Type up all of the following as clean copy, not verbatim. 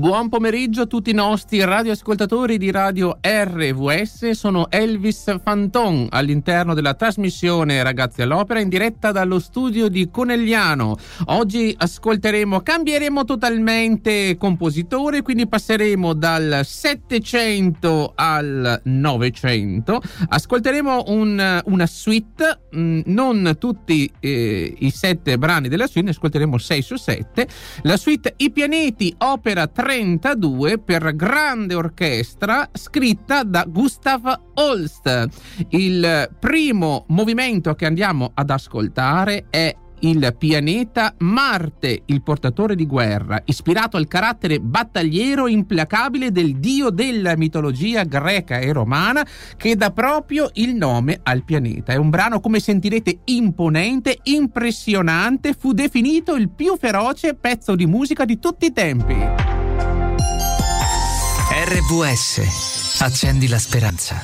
Buon pomeriggio a tutti i nostri radioascoltatori di Radio RVS. Sono Elvis Fanton all'interno della trasmissione Ragazzi all'Opera in diretta dallo studio di Conegliano. Oggi cambieremo totalmente compositore, quindi passeremo dal 700 al 900. Ascolteremo una suite, non tutti i 7 brani della suite, ne ascolteremo 6 su 7. La suite I pianeti, opera 32 per grande orchestra, scritta da Gustav Holst. Il primo movimento che andiamo ad ascoltare è il pianeta Marte, il portatore di guerra, ispirato al carattere battagliero implacabile del dio della mitologia greca e romana, che dà proprio il nome al pianeta. È un brano, come sentirete, imponente, impressionante. Fu definito il più feroce pezzo di musica di tutti i tempi. RVS, accendi la speranza.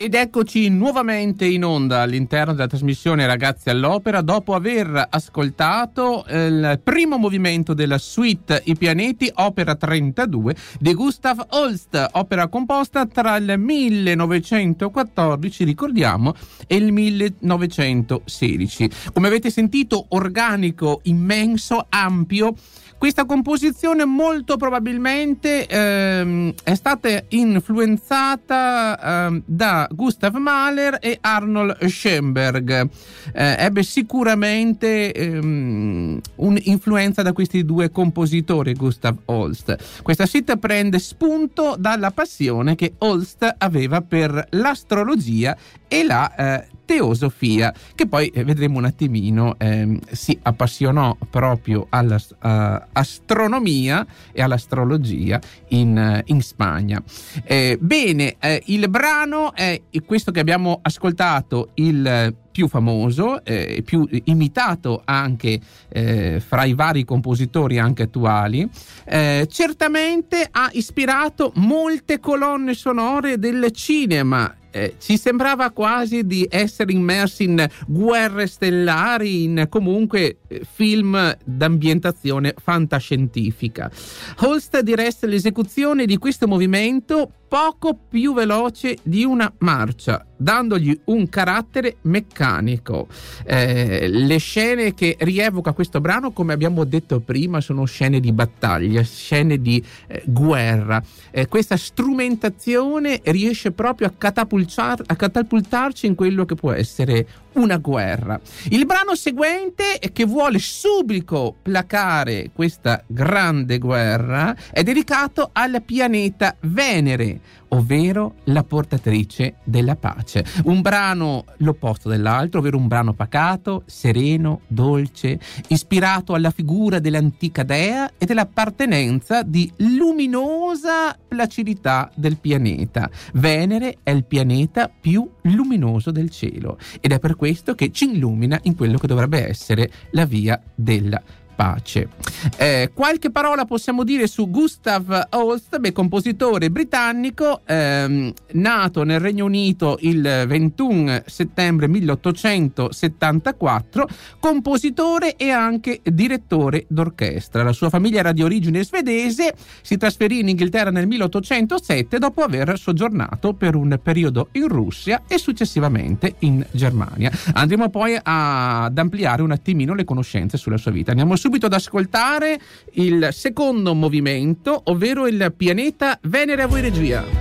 Ed eccoci nuovamente in onda all'interno della trasmissione Ragazzi all'Opera, dopo aver ascoltato il primo movimento della suite I pianeti, opera 32 di Gustav Holst, opera composta tra il 1914, ricordiamo, e il 1916. Come avete sentito, organico, immenso, ampio. Questa composizione molto probabilmente è stata influenzata da Gustav Mahler e Arnold Schoenberg. Ebbe sicuramente un'influenza da questi due compositori, Gustav Holst. Questa suite prende spunto dalla passione che Holst aveva per l'astrologia e la teosofia, che poi vedremo un attimino si appassionò proprio alla astronomia e all'astrologia in Spagna. Bene, il brano è questo che abbiamo ascoltato, il più famoso, più imitato anche fra i vari compositori anche attuali. Certamente ha ispirato molte colonne sonore del cinema. Ci sembrava quasi di essere immersi in guerre stellari, in comunque film d'ambientazione fantascientifica. Holst diresse l'esecuzione di questo movimento poco più veloce di una marcia, dandogli un carattere meccanico. Le scene che rievoca questo brano, come abbiamo detto prima, sono scene di battaglia, scene di guerra. Questa strumentazione riesce proprio a catapultarci in quello che può essere una guerra. Il brano seguente, che vuole subito placare questa grande guerra, è dedicato al pianeta Venere, ovvero la portatrice della pace. Un brano l'opposto dell'altro, ovvero un brano pacato, sereno, dolce, ispirato alla figura dell'antica dea e dell'appartenenza di luminosa placidità del pianeta. Venere è il pianeta più luminoso del cielo ed è per questo che ci illumina in quello che dovrebbe essere la via della pace. Qualche parola possiamo dire su Gustav Holst, compositore britannico, nato nel Regno Unito il 21 settembre 1874, compositore e anche direttore d'orchestra. La sua famiglia era di origine svedese, si trasferì in Inghilterra nel 1807 dopo aver soggiornato per un periodo in Russia e successivamente in Germania. Andremo poi ad ampliare un attimino le conoscenze sulla sua vita. Andiamo subito ad ascoltare il secondo movimento, ovvero il pianeta Venere. A voi regia.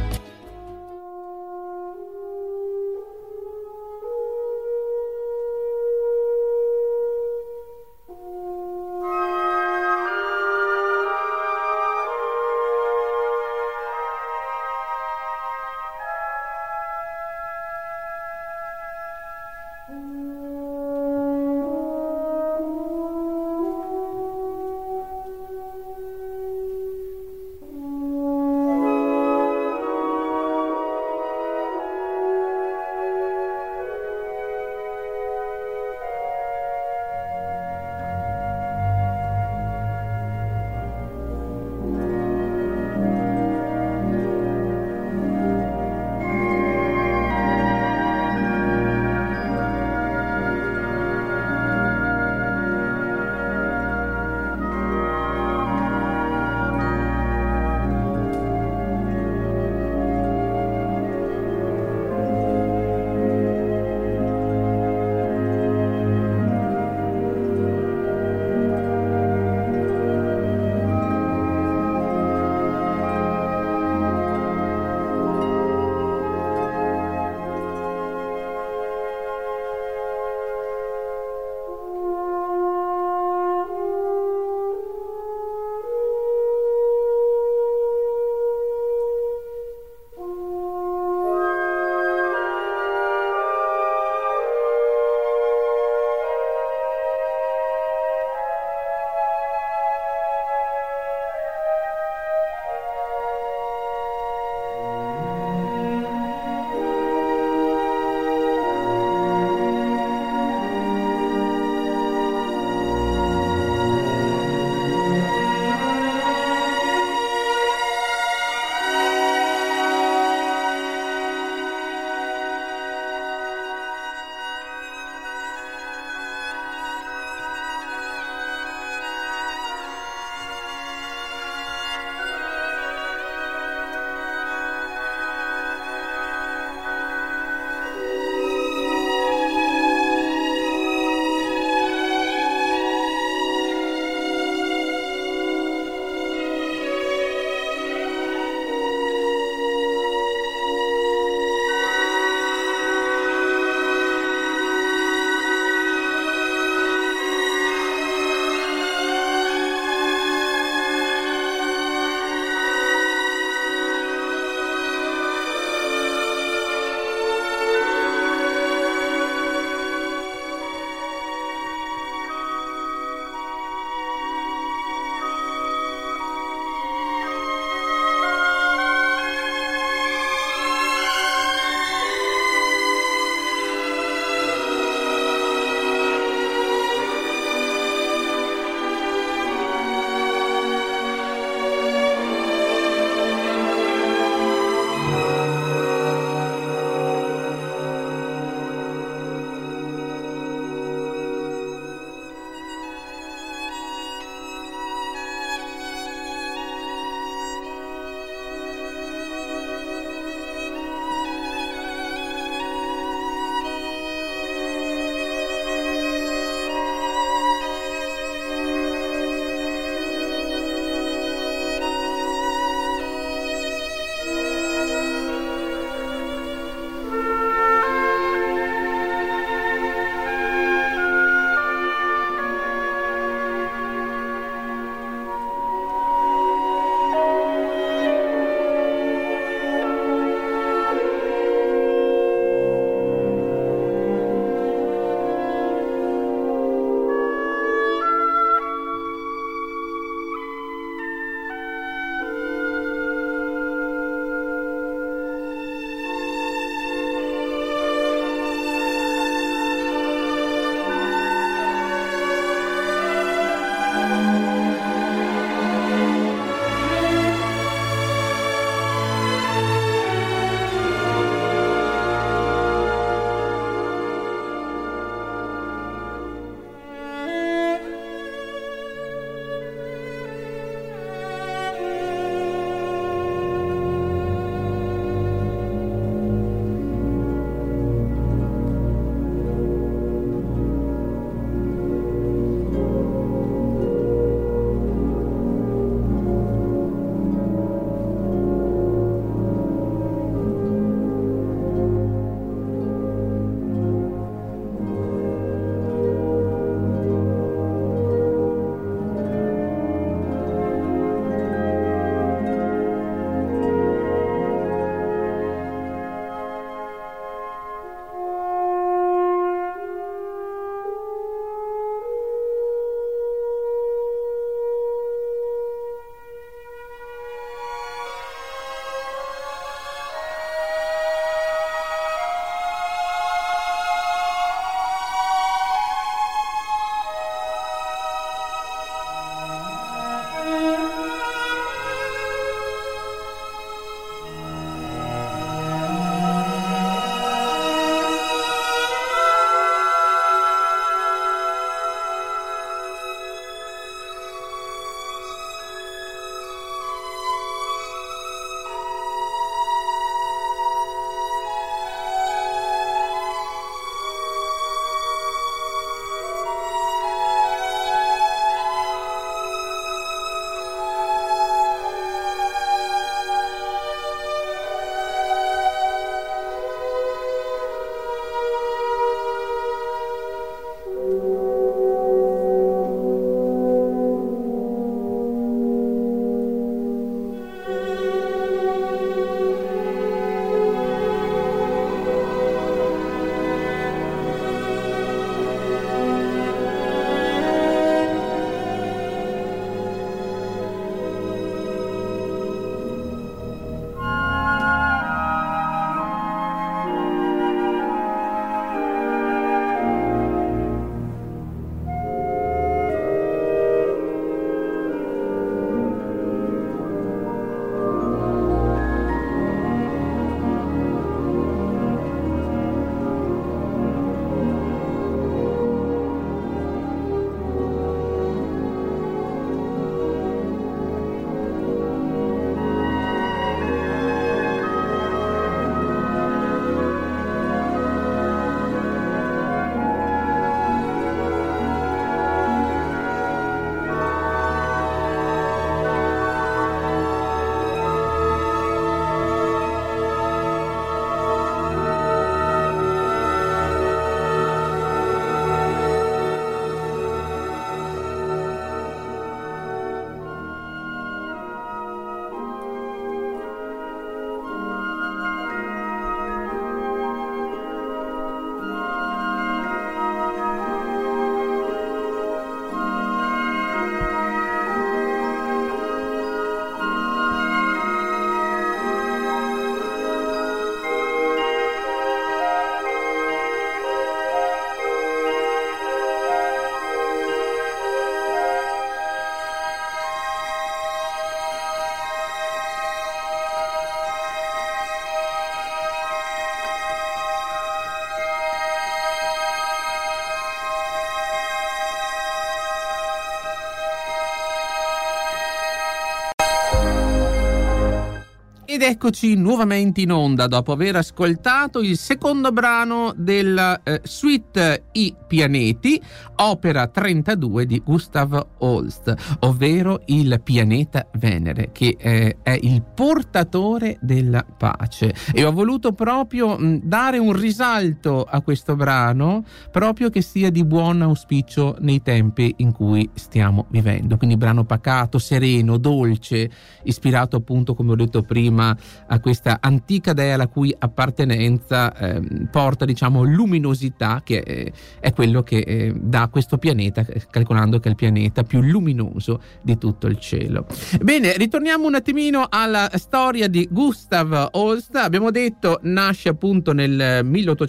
Ed eccoci nuovamente in onda dopo aver ascoltato il secondo brano della suite I pianeti, opera 32 di Gustav Holst, ovvero il pianeta Venere, che è il portatore della pace. E ho voluto proprio dare un risalto a questo brano, proprio che sia di buon auspicio nei tempi in cui stiamo vivendo. Quindi brano pacato, sereno, dolce, ispirato appunto, come ho detto prima, a questa antica dea la cui appartenenza porta, diciamo, luminosità, che è quello che dà questo pianeta, calcolando che è il pianeta più luminoso di tutto il cielo. Bene, ritorniamo un attimino alla storia di Gustav Holst. Abbiamo detto nasce appunto nel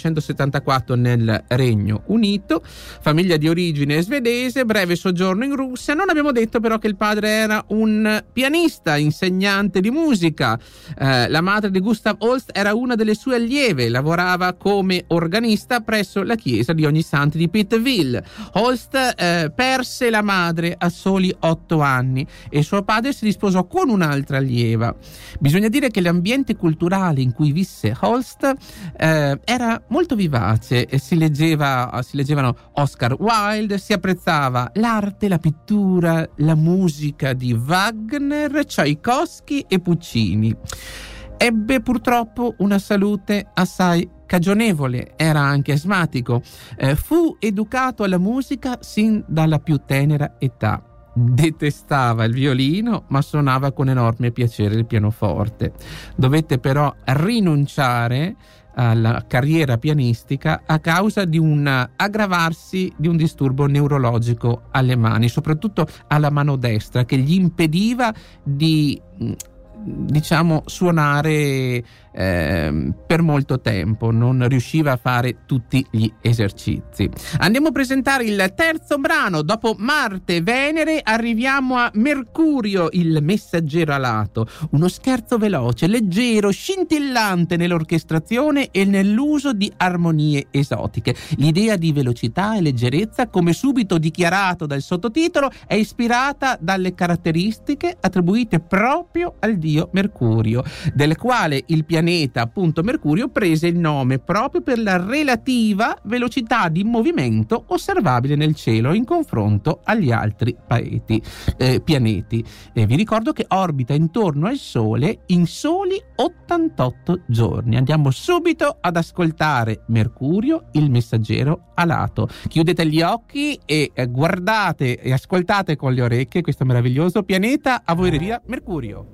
1874 nel Regno Unito, famiglia di origine svedese, breve soggiorno in Russia. Non abbiamo detto però che il padre era un pianista, insegnante di musica. La madre di Gustav Holst era una delle sue allieve, lavorava come organista presso la chiesa di Ognissanti di Pittsville. Holst perse la madre a soli 8 anni e suo padre si risposò con un'altra allieva. Bisogna dire che l'ambiente culturale in cui visse Holst era molto vivace, si leggevano Oscar Wilde, si apprezzava l'arte, la pittura, la musica di Wagner, Tchaikovsky e Puccini. Ebbe purtroppo una salute assai cagionevole, era anche asmatico, fu educato alla musica sin dalla più tenera età. Detestava il violino, ma suonava con enorme piacere il pianoforte. Dovette però rinunciare alla carriera pianistica a causa di un aggravarsi di un disturbo neurologico alle mani, soprattutto alla mano destra, che gli impediva di, diciamo, suonare per molto tempo, non riusciva a fare tutti gli esercizi. Andiamo a presentare il terzo brano. Dopo Marte e Venere arriviamo a Mercurio, il messaggero alato, uno scherzo veloce, leggero, scintillante nell'orchestrazione e nell'uso di armonie esotiche. L'idea di velocità e leggerezza, come subito dichiarato dal sottotitolo, è ispirata dalle caratteristiche attribuite proprio al dio Mercurio, del quale il pianeta appunto Mercurio prese il nome proprio per la relativa velocità di movimento osservabile nel cielo in confronto agli altri pianeti. Vi ricordo che orbita intorno al Sole in soli 88 giorni. Andiamo subito ad ascoltare Mercurio, il messaggero alato. Chiudete gli occhi e guardate e ascoltate con le orecchie questo meraviglioso pianeta. A voi regia Mercurio.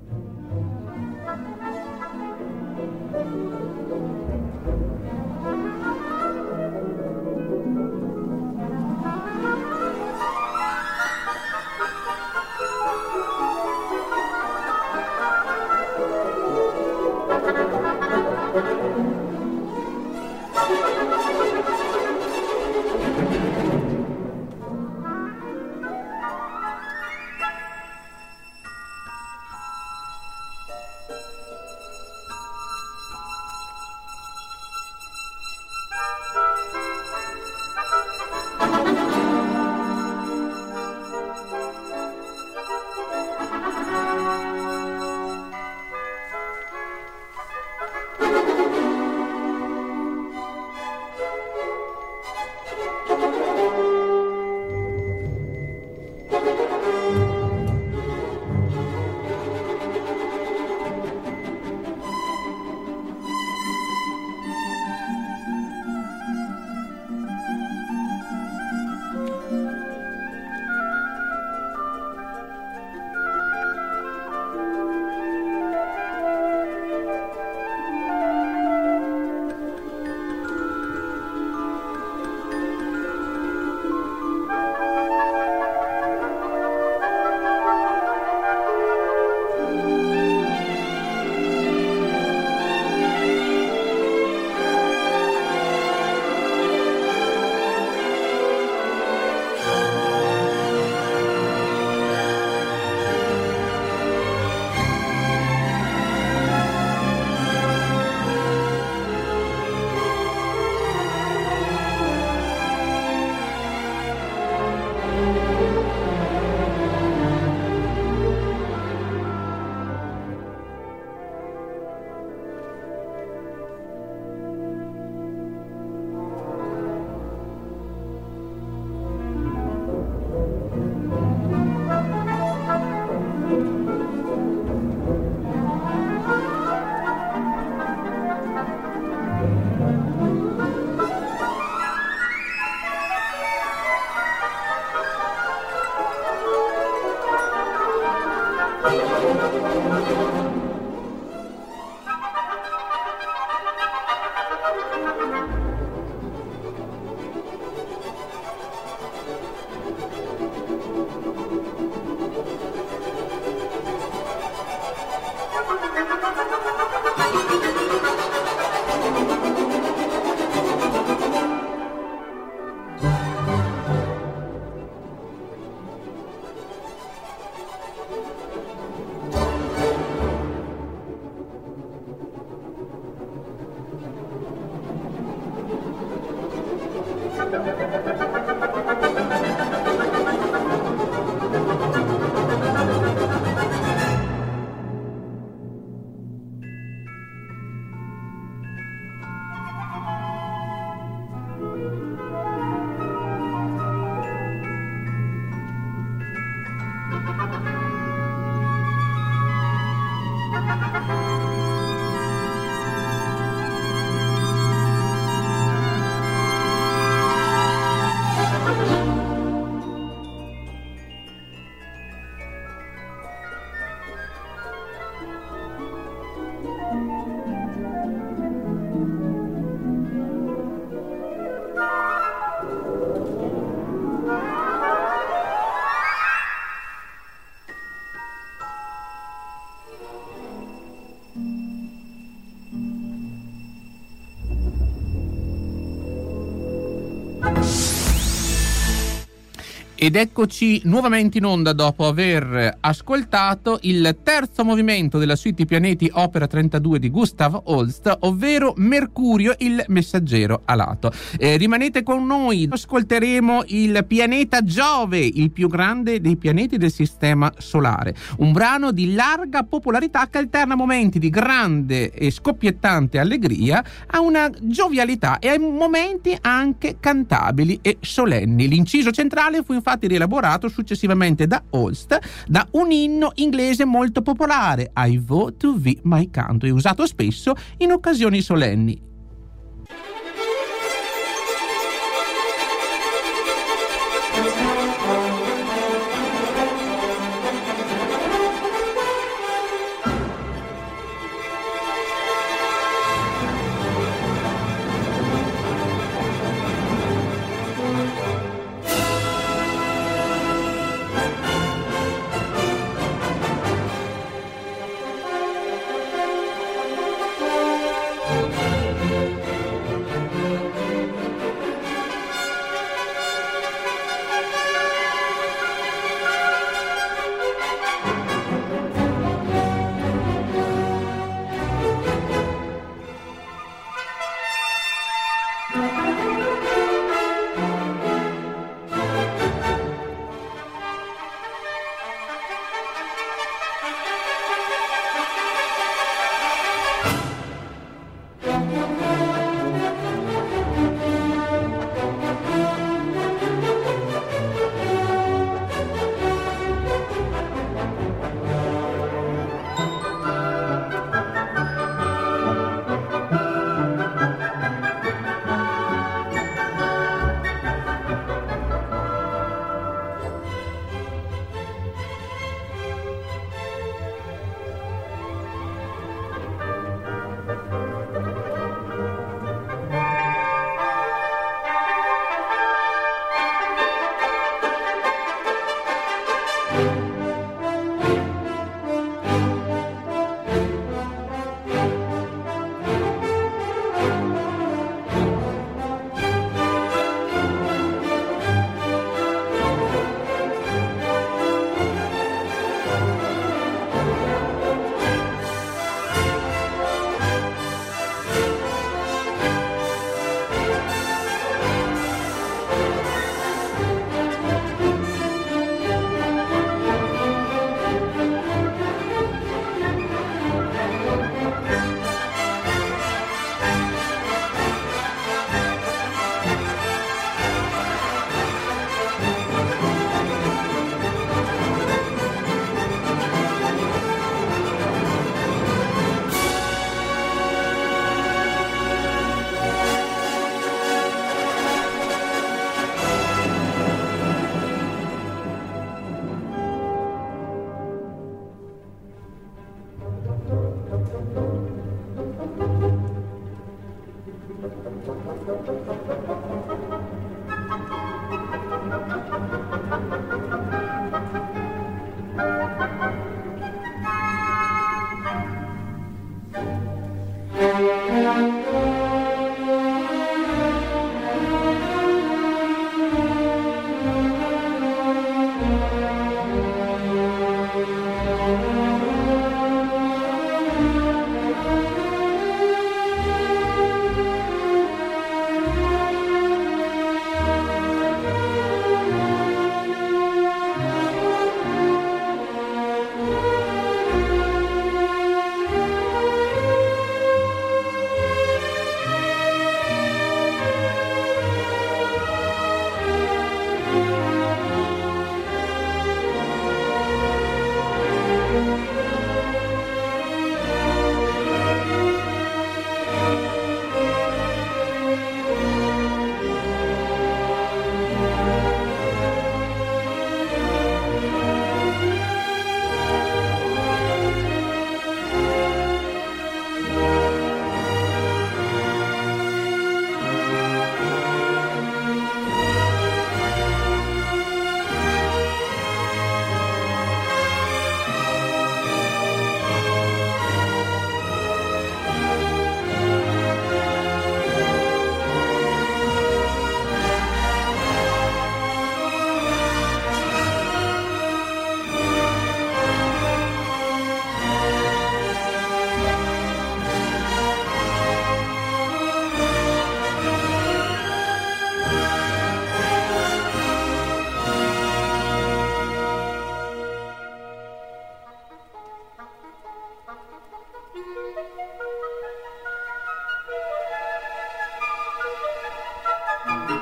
Ed eccoci nuovamente in onda dopo aver ascoltato il terzo movimento della suite I pianeti opera 32 di Gustav Holst, ovvero Mercurio il messaggero alato. Rimanete con noi, ascolteremo il pianeta Giove, il più grande dei pianeti del sistema solare, un brano di larga popolarità che alterna momenti di grande e scoppiettante allegria a una giovialità e a momenti anche cantabili e solenni. L'inciso centrale fu infatti rielaborato successivamente da Holst da un inno inglese molto popolare, I Vow to Thee My Country, usato spesso in occasioni solenni.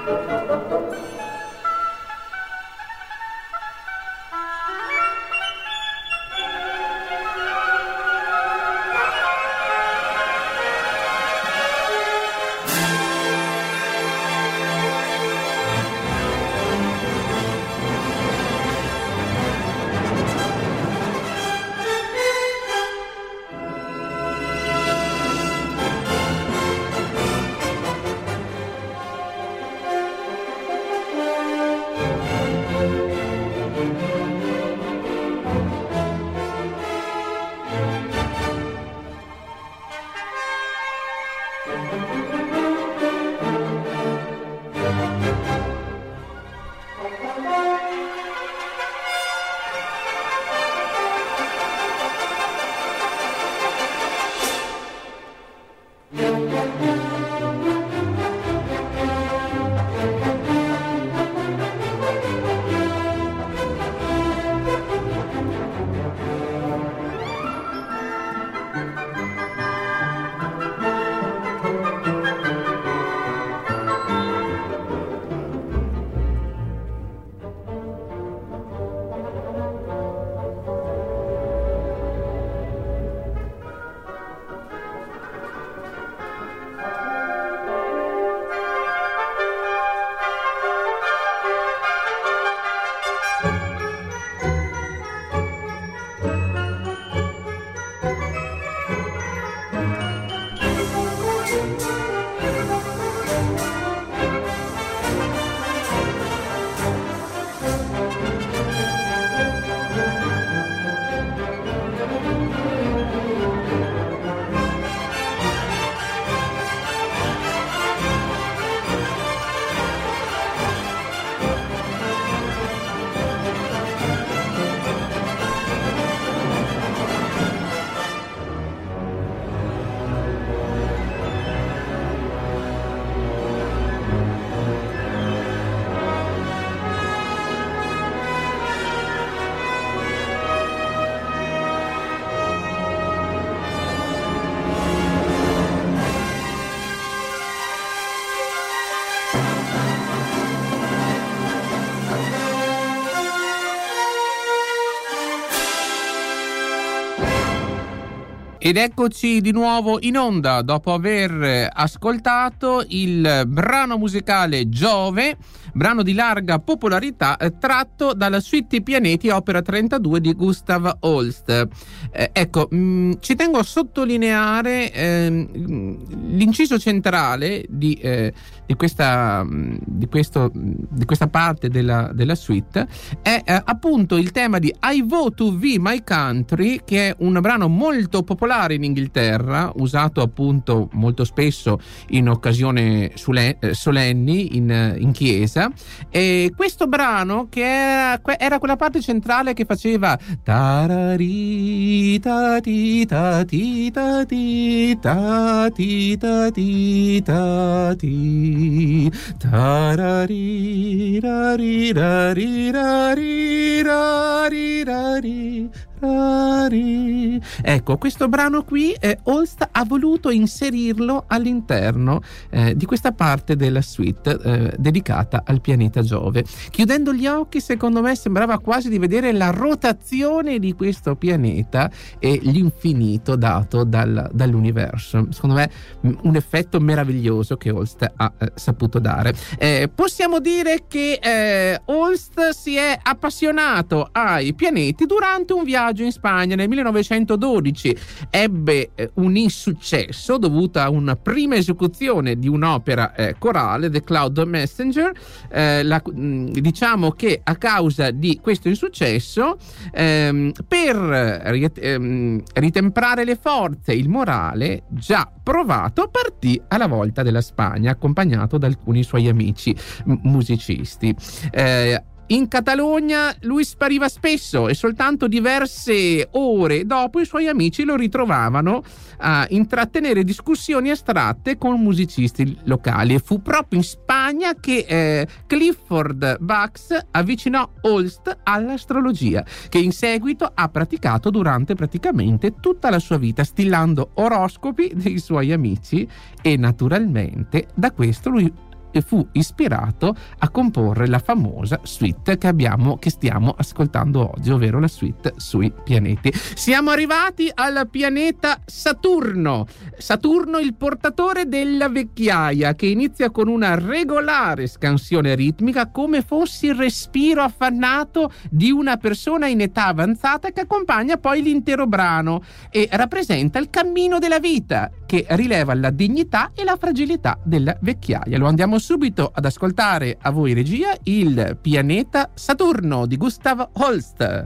Ed eccoci di nuovo in onda dopo aver ascoltato il brano musicale Giove, brano di larga popolarità tratto dalla suite Pianeti opera 32 di Gustav Holst. Ci tengo a sottolineare l'inciso centrale di questa parte della suite è appunto il tema di I Vote to Thee My Country, che è un brano molto popolare in Inghilterra, usato appunto molto spesso in occasioni solenni in chiesa. E questo brano, che era quella parte centrale che faceva tarari ta ti ta ti ta ti ta ti ta ti ta ti tarari rari rari rari rari rari. Ecco, questo brano qui Holst ha voluto inserirlo all'interno di questa parte della suite dedicata al pianeta Giove. Chiudendo gli occhi, secondo me sembrava quasi di vedere la rotazione di questo pianeta e l'infinito dato dall'universo. Secondo me un effetto meraviglioso che Holst ha saputo dare. Possiamo dire che Holst si è appassionato ai pianeti durante un viaggio in Spagna nel 1912. Ebbe un insuccesso dovuto a una prima esecuzione di un'opera corale, The Cloud Messenger. Diciamo che a causa di questo insuccesso, per ritemprare le forze e il morale già provato, partì alla volta della Spagna accompagnato da alcuni suoi amici musicisti. In Catalogna lui spariva spesso e soltanto diverse ore dopo i suoi amici lo ritrovavano a intrattenere discussioni astratte con musicisti locali, e fu proprio in Spagna che Clifford Bucks avvicinò Holst all'astrologia, che in seguito ha praticato durante praticamente tutta la sua vita, stillando oroscopi dei suoi amici, e naturalmente da questo lui e fu ispirato a comporre la famosa suite che stiamo ascoltando oggi, ovvero la suite sui pianeti. Siamo arrivati al pianeta Saturno. Saturno, il portatore della vecchiaia, che inizia con una regolare scansione ritmica, come fosse il respiro affannato di una persona in età avanzata, che accompagna poi l'intero brano e rappresenta il cammino della vita, che rileva la dignità e la fragilità della vecchiaia. Lo andiamo subito ad ascoltare. A voi regia, il pianeta Saturno di Gustav Holst.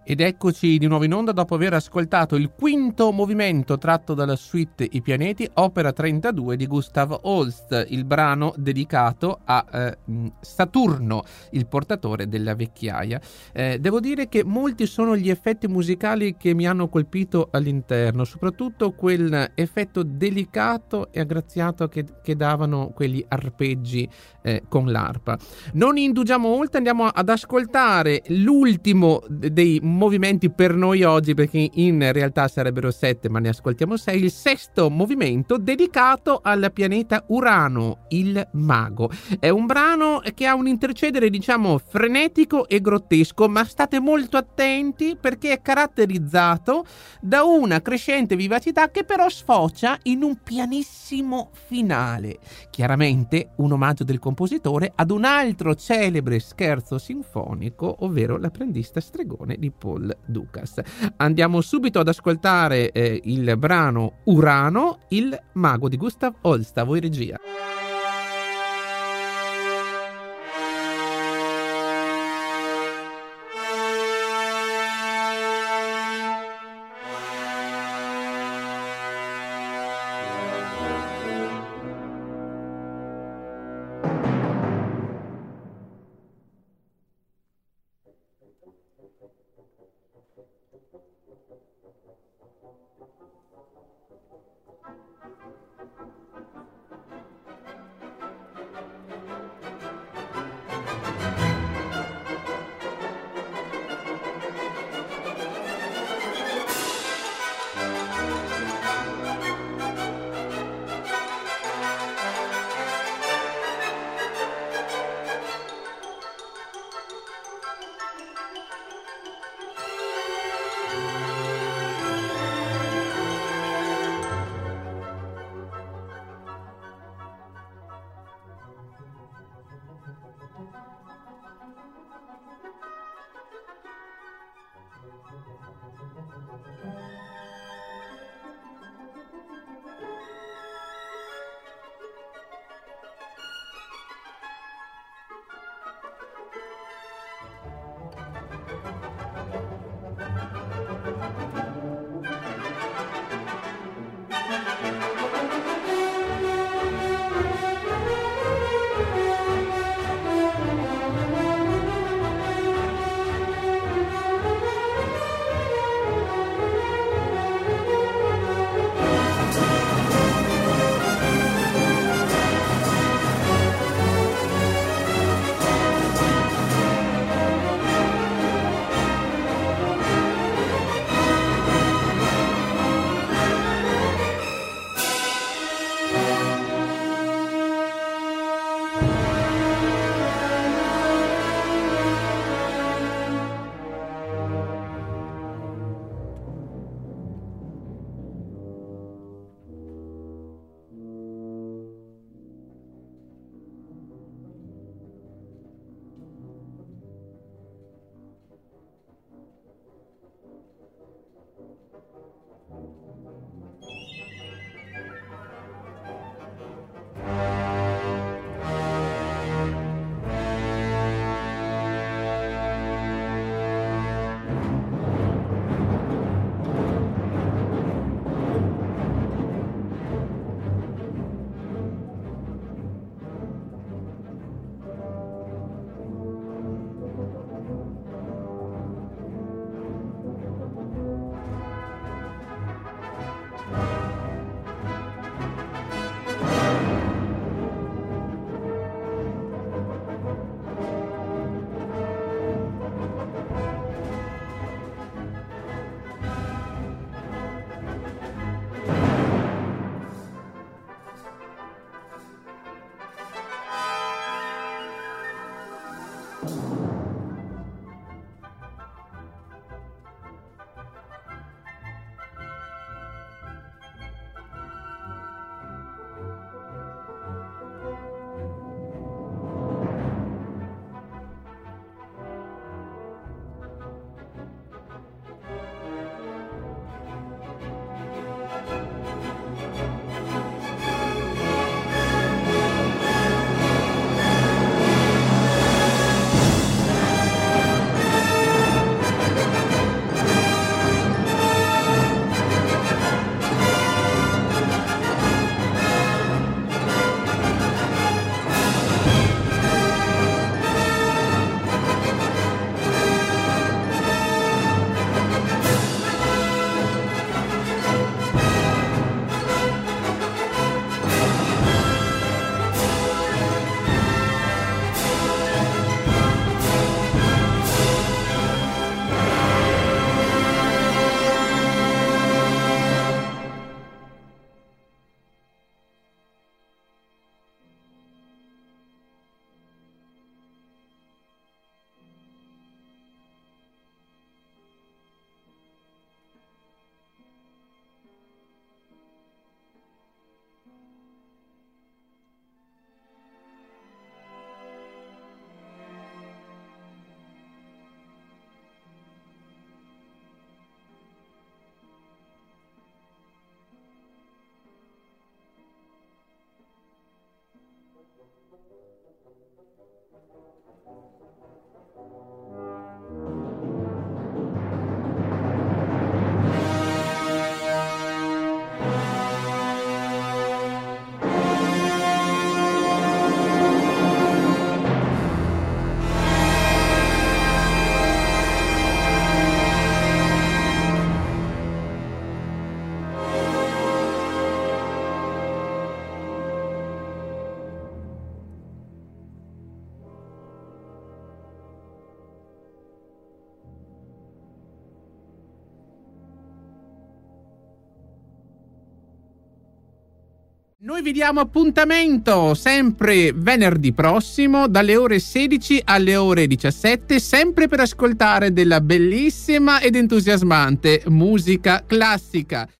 Ed eccoci di nuovo in onda dopo aver ascoltato il quinto movimento tratto dalla suite I pianeti, opera 32 di Gustav Holst, il brano dedicato a Saturno, il portatore della vecchiaia. Devo dire che molti sono gli effetti musicali che mi hanno colpito all'interno, soprattutto quel effetto delicato e aggraziato che davano quegli arpeggi con l'arpa. Non indugiamo oltre, andiamo ad ascoltare l'ultimo dei movimenti per noi oggi, perché in realtà sarebbero 7 ma ne ascoltiamo 6, il sesto movimento dedicato al pianeta Urano, il mago. È un brano che ha un intercedere diciamo frenetico e grottesco, ma state molto attenti perché è caratterizzato da una crescente vivacità che però sfocia in un pianissimo finale, chiaramente un omaggio del compositore ad un altro celebre scherzo sinfonico, ovvero L'apprendista stregone di Paul Dukas. Andiamo subito ad ascoltare il brano Urano, il mago di Gustav Holst. A voi regia. Noi vi diamo appuntamento sempre venerdì prossimo dalle ore 16 alle ore 17, sempre per ascoltare della bellissima ed entusiasmante musica classica.